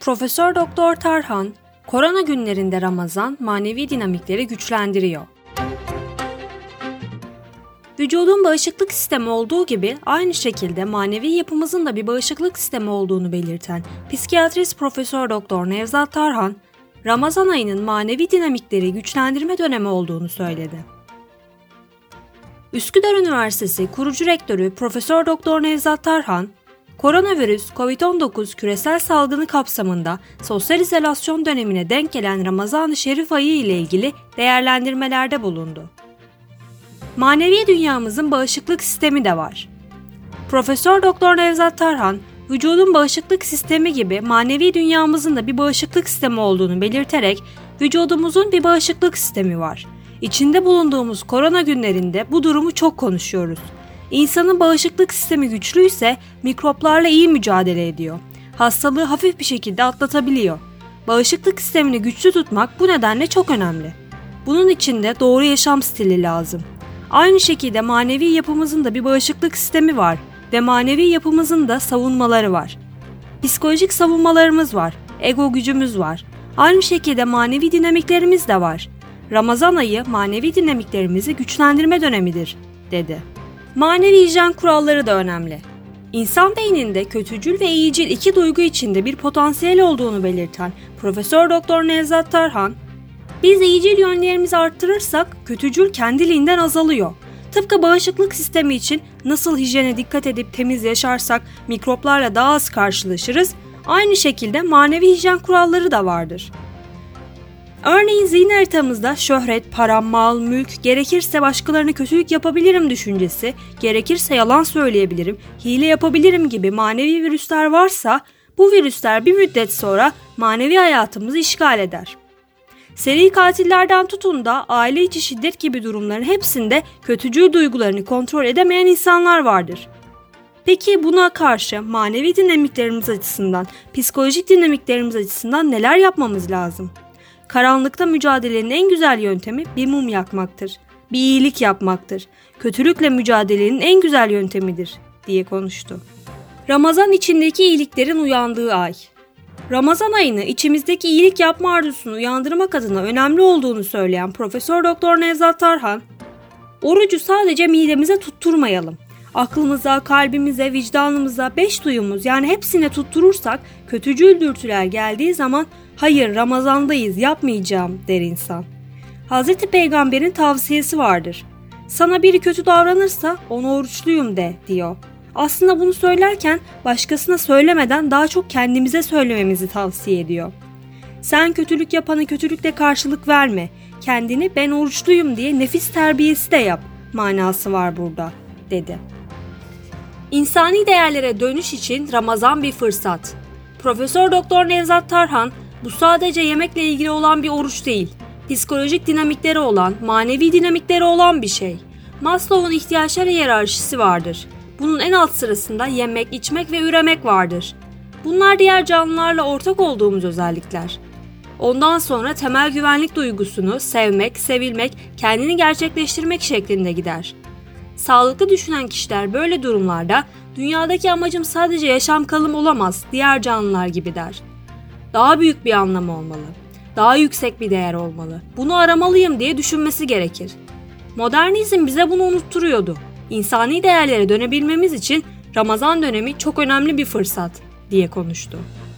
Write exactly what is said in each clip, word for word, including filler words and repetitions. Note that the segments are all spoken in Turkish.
Profesör Doktor Tarhan, korona günlerinde Ramazan manevi dinamikleri güçlendiriyor. Vücudun bağışıklık sistemi olduğu gibi aynı şekilde manevi yapımızın da bir bağışıklık sistemi olduğunu belirten psikiyatrist Profesör Doktor Nevzat Tarhan, Ramazan ayının manevi dinamikleri güçlendirme dönemi olduğunu söyledi. Üsküdar Üniversitesi kurucu rektörü Profesör Doktor Nevzat Tarhan, koronavirüs kovid on dokuz küresel salgını kapsamında sosyal izolasyon dönemine denk gelen Ramazan-ı Şerif ayı ile ilgili değerlendirmelerde bulundu. Manevi dünyamızın bağışıklık sistemi de var. Profesör Doktor Nevzat Tarhan, vücudun bağışıklık sistemi gibi manevi dünyamızın da bir bağışıklık sistemi olduğunu belirterek, vücudumuzun bir bağışıklık sistemi var. İçinde bulunduğumuz korona günlerinde bu durumu çok konuşuyoruz. İnsanın bağışıklık sistemi güçlüyse mikroplarla iyi mücadele ediyor. Hastalığı hafif bir şekilde atlatabiliyor. Bağışıklık sistemini güçlü tutmak bu nedenle çok önemli. Bunun için de doğru yaşam stili lazım. Aynı şekilde manevi yapımızın da bir bağışıklık sistemi var ve manevi yapımızın da savunmaları var. Psikolojik savunmalarımız var, ego gücümüz var. Aynı şekilde manevi dinamiklerimiz de var. Ramazan ayı manevi dinamiklerimizi güçlendirme dönemidir, dedi. Manevi hijyen kuralları da önemli. İnsan beyninde kötücül ve iyicil iki duygu içinde bir potansiyel olduğunu belirten Profesör Doktor Nevzat Tarhan, biz iyicil yönlerimizi arttırırsak kötücül kendiliğinden azalıyor. Tıpkı bağışıklık sistemi için nasıl hijyene dikkat edip temiz yaşarsak mikroplarla daha az karşılaşırız, aynı şekilde manevi hijyen kuralları da vardır. Örneğin zihin haritamızda şöhret, para, mal, mülk, gerekirse başkalarına kötülük yapabilirim düşüncesi, gerekirse yalan söyleyebilirim, hile yapabilirim gibi manevi virüsler varsa, bu virüsler bir müddet sonra manevi hayatımızı işgal eder. Seri katillerden tutun da aile içi şiddet gibi durumların hepsinde kötücül duygularını kontrol edemeyen insanlar vardır. Peki buna karşı manevi dinamiklerimiz açısından, psikolojik dinamiklerimiz açısından neler yapmamız lazım? Karanlıkta mücadelenin en güzel yöntemi bir mum yakmaktır, bir iyilik yapmaktır. Kötülükle mücadelenin en güzel yöntemidir, diye konuştu. Ramazan içindeki iyiliklerin uyandığı ay. Ramazan ayını içimizdeki iyilik yapma arzusunu uyandırmak adına önemli olduğunu söyleyen Profesör Doktor Nevzat Tarhan, orucu sadece midemize tutturmayalım. Aklımıza, kalbimize, vicdanımıza, beş duyumuz yani hepsine tutturursak kötücül dürtüler geldiği zaman hayır Ramazandayız yapmayacağım der insan. Hazreti Peygamber'in tavsiyesi vardır. Sana biri kötü davranırsa ona oruçluyum de diyor. Aslında bunu söylerken başkasına söylemeden daha çok kendimize söylememizi tavsiye ediyor. Sen kötülük yapana kötülükle karşılık verme. Kendini ben oruçluyum diye nefis terbiyesi de yap manası var burada, dedi. İnsani değerlere dönüş için Ramazan bir fırsat. Profesör Doktor Nevzat Tarhan, bu sadece yemekle ilgili olan bir oruç değil, psikolojik dinamikleri olan, manevi dinamikleri olan bir şey. Maslow'un ihtiyaçlar hiyerarşisi vardır. Bunun en alt sırasında yemek, içmek ve üremek vardır. Bunlar diğer canlılarla ortak olduğumuz özellikler. Ondan sonra temel güvenlik duygusunu sevmek, sevilmek, kendini gerçekleştirmek şeklinde gider. Sağlıklı düşünen kişiler böyle durumlarda dünyadaki amacım sadece yaşam kalım olamaz, diğer canlılar gibi der. Daha büyük bir anlam olmalı, daha yüksek bir değer olmalı, bunu aramalıyım diye düşünmesi gerekir. Modernizm bize bunu unutturuyordu. İnsani değerlere dönebilmemiz için Ramazan dönemi çok önemli bir fırsat, diye konuştu.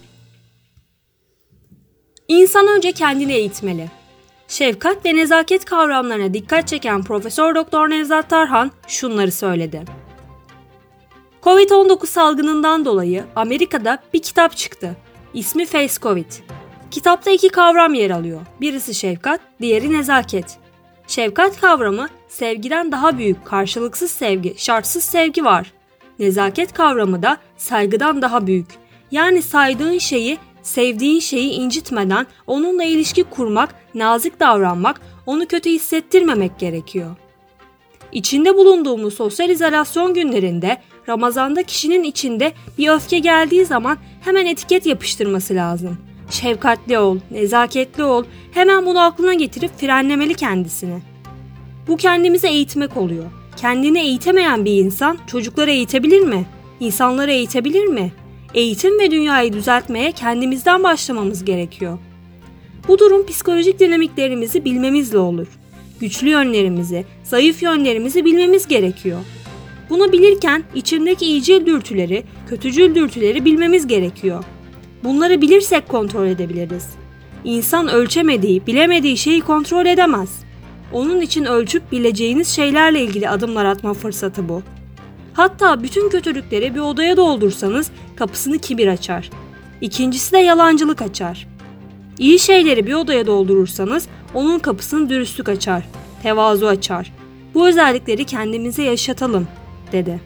İnsan önce kendini eğitmeli. Şefkat ve nezaket kavramlarına dikkat çeken Profesör Doktor Nevzat Tarhan şunları söyledi. kovid on dokuz salgınından dolayı Amerika'da bir kitap çıktı. İsmi Face Covid. Kitapta iki kavram yer alıyor. Birisi şefkat, diğeri nezaket. Şefkat kavramı sevgiden daha büyük karşılıksız sevgi, şartsız sevgi var. Nezaket kavramı da saygıdan daha büyük. Yani saydığın şeyi, sevdiğin şeyi incitmeden onunla ilişki kurmak, nazik davranmak, onu kötü hissettirmemek gerekiyor. İçinde bulunduğumuz sosyal izolasyon günlerinde Ramazan'da kişinin içinde bir öfke geldiği zaman hemen etiket yapıştırması lazım. Şefkatli ol, nezaketli ol, hemen bunu aklına getirip frenlemeli kendisini. Bu kendimizi eğitmek oluyor. Kendini eğitemeyen bir insan çocukları eğitebilir mi? İnsanları eğitebilir mi? Eğitim ve dünyayı düzeltmeye kendimizden başlamamız gerekiyor. Bu durum psikolojik dinamiklerimizi bilmemizle olur. Güçlü yönlerimizi, zayıf yönlerimizi bilmemiz gerekiyor. Bunu bilirken içimdeki iyicil dürtüleri, kötücül dürtüleri bilmemiz gerekiyor. Bunları bilirsek kontrol edebiliriz. İnsan ölçemediği, bilemediği şeyi kontrol edemez. Onun için ölçüp bileceğiniz şeylerle ilgili adımlar atma fırsatı bu. Hatta bütün kötülükleri bir odaya doldursanız kapısını kibir açar. İkincisi de yalancılık açar. İyi şeyleri bir odaya doldurursanız onun kapısını dürüstlük açar, tevazu açar. Bu özellikleri kendimize yaşatalım, dedi.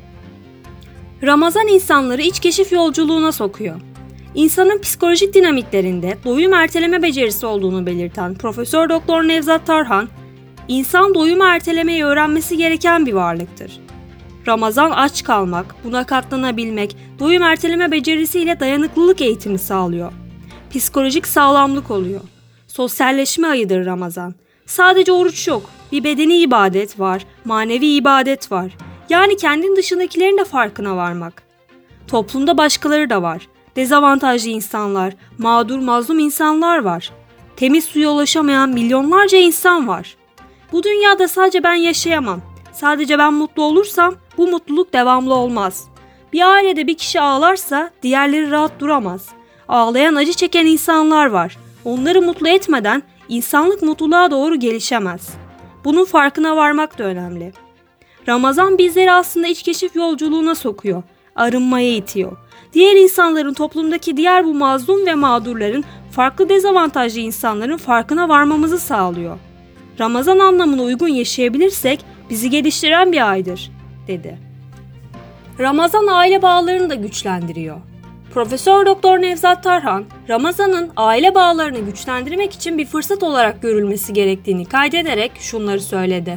Ramazan insanları iç keşif yolculuğuna sokuyor. İnsanın psikolojik dinamiklerinde doyum erteleme becerisi olduğunu belirten Profesör Doktor Nevzat Tarhan, insan doyum ertelemeyi öğrenmesi gereken bir varlıktır. Ramazan aç kalmak, buna katlanabilmek, doyum erteleme becerisiyle dayanıklılık eğitimi sağlıyor. Psikolojik sağlamlık oluyor. Sosyalleşme ayıdır Ramazan. Sadece oruç yok. Bir bedeni ibadet var, manevi ibadet var. Yani kendin dışındakilerin de farkına varmak. Toplumda başkaları da var. Dezavantajlı insanlar, mağdur mazlum insanlar var. Temiz suya ulaşamayan milyonlarca insan var. Bu dünyada sadece ben yaşayamam. Sadece ben mutlu olursam bu mutluluk devamlı olmaz. Bir ailede bir kişi ağlarsa diğerleri rahat duramaz. Ağlayan, acı çeken insanlar var. Onları mutlu etmeden insanlık mutluluğa doğru gelişemez. Bunun farkına varmak da önemli. Ramazan bizleri aslında iç keşif yolculuğuna sokuyor. Arınmaya itiyor. Diğer insanların, toplumdaki diğer bu mazlum ve mağdurların, farklı dezavantajlı insanların farkına varmamızı sağlıyor. Ramazan anlamına uygun yaşayabilirsek bizi geliştiren bir aydır, dedi. Ramazan aile bağlarını da güçlendiriyor. Profesör Doktor Nevzat Tarhan, Ramazan'ın aile bağlarını güçlendirmek için bir fırsat olarak görülmesi gerektiğini kaydederek şunları söyledi.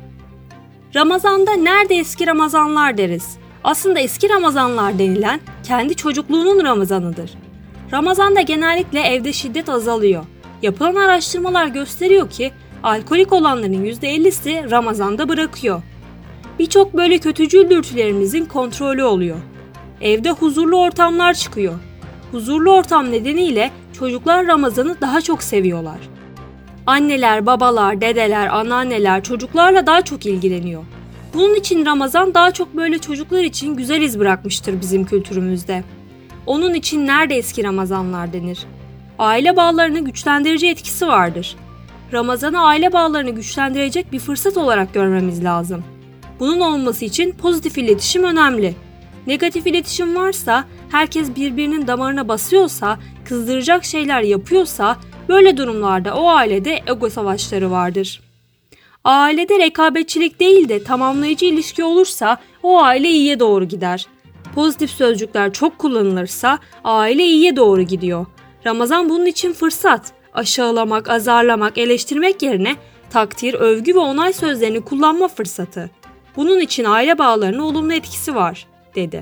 Ramazan'da nerede eski Ramazanlar deriz. Aslında eski Ramazanlar denilen kendi çocukluğunun Ramazanıdır. Ramazan'da genellikle evde şiddet azalıyor. Yapılan araştırmalar gösteriyor ki alkolik olanların yüzde ellisi Ramazan'da bırakıyor. Birçok böyle kötücül dürtülerimizin kontrolü oluyor. Evde huzurlu ortamlar çıkıyor. Huzurlu ortam nedeniyle çocuklar Ramazan'ı daha çok seviyorlar. Anneler, babalar, dedeler, anneanneler çocuklarla daha çok ilgileniyor. Bunun için Ramazan daha çok böyle çocuklar için güzel iz bırakmıştır bizim kültürümüzde. Onun için nerede eski Ramazanlar denir. Aile bağlarını güçlendirici etkisi vardır. Ramazan'ı aile bağlarını güçlendirecek bir fırsat olarak görmemiz lazım. Bunun olması için pozitif iletişim önemli. Negatif iletişim varsa, herkes birbirinin damarına basıyorsa, kızdıracak şeyler yapıyorsa, böyle durumlarda o ailede ego savaşları vardır. Ailede rekabetçilik değil de tamamlayıcı ilişki olursa o aile iyiye doğru gider. Pozitif sözcükler çok kullanılırsa aile iyiye doğru gidiyor. Ramazan bunun için fırsat. Aşağılamak, azarlamak, eleştirmek yerine takdir, övgü ve onay sözlerini kullanma fırsatı. Bunun için aile bağlarına olumlu etkisi var, dedi.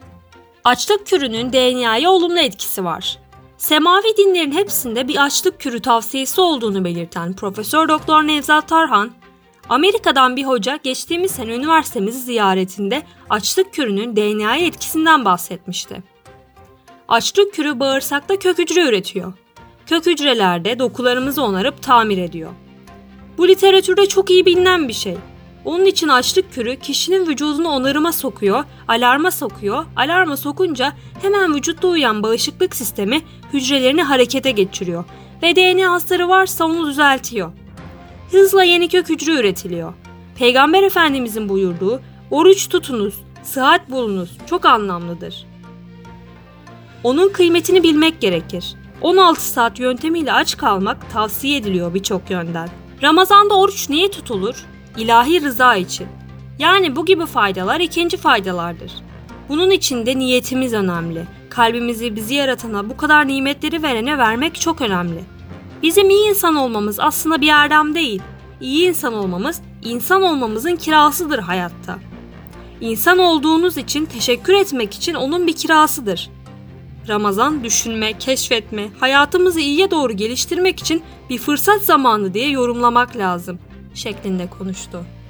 Açlık kürünün D N A'ya olumlu etkisi var. Semavi dinlerin hepsinde bir açlık kürü tavsiyesi olduğunu belirten Profesör Doktor Nevzat Tarhan, Amerika'dan bir hoca geçtiğimiz sene üniversitemizi ziyaretinde açlık kürünün D N A'ya etkisinden bahsetmişti. Açlık kürü bağırsakta kök hücre üretiyor. Kök hücreler de dokularımızı onarıp tamir ediyor. Bu literatürde çok iyi bilinen bir şey. Onun için açlık kürü kişinin vücudunu onarıma sokuyor, alarma sokuyor, alarma sokunca hemen vücutta uyuyan bağışıklık sistemi hücrelerini harekete geçiriyor ve D N A hasarı varsa onu düzeltiyor. Hızla yeni kök hücre üretiliyor. Peygamber Efendimizin buyurduğu oruç tutunuz, sıhhat bulunuz çok anlamlıdır. Onun kıymetini bilmek gerekir. on altı saat yöntemiyle aç kalmak tavsiye ediliyor birçok yönden. Ramazan'da oruç niye tutulur? İlahi rıza için. Yani bu gibi faydalar ikinci faydalardır. Bunun için de niyetimiz önemli. Kalbimizi bizi yaratana, bu kadar nimetleri verene vermek çok önemli. Bizim iyi insan olmamız aslında bir erdem değil. İyi insan olmamız, insan olmamızın kirasıdır hayatta. İnsan olduğunuz için teşekkür etmek için onun bir kirasıdır. Ramazan düşünme, keşfetme, hayatımızı iyiye doğru geliştirmek için bir fırsat zamanı diye yorumlamak lazım şeklinde konuştu.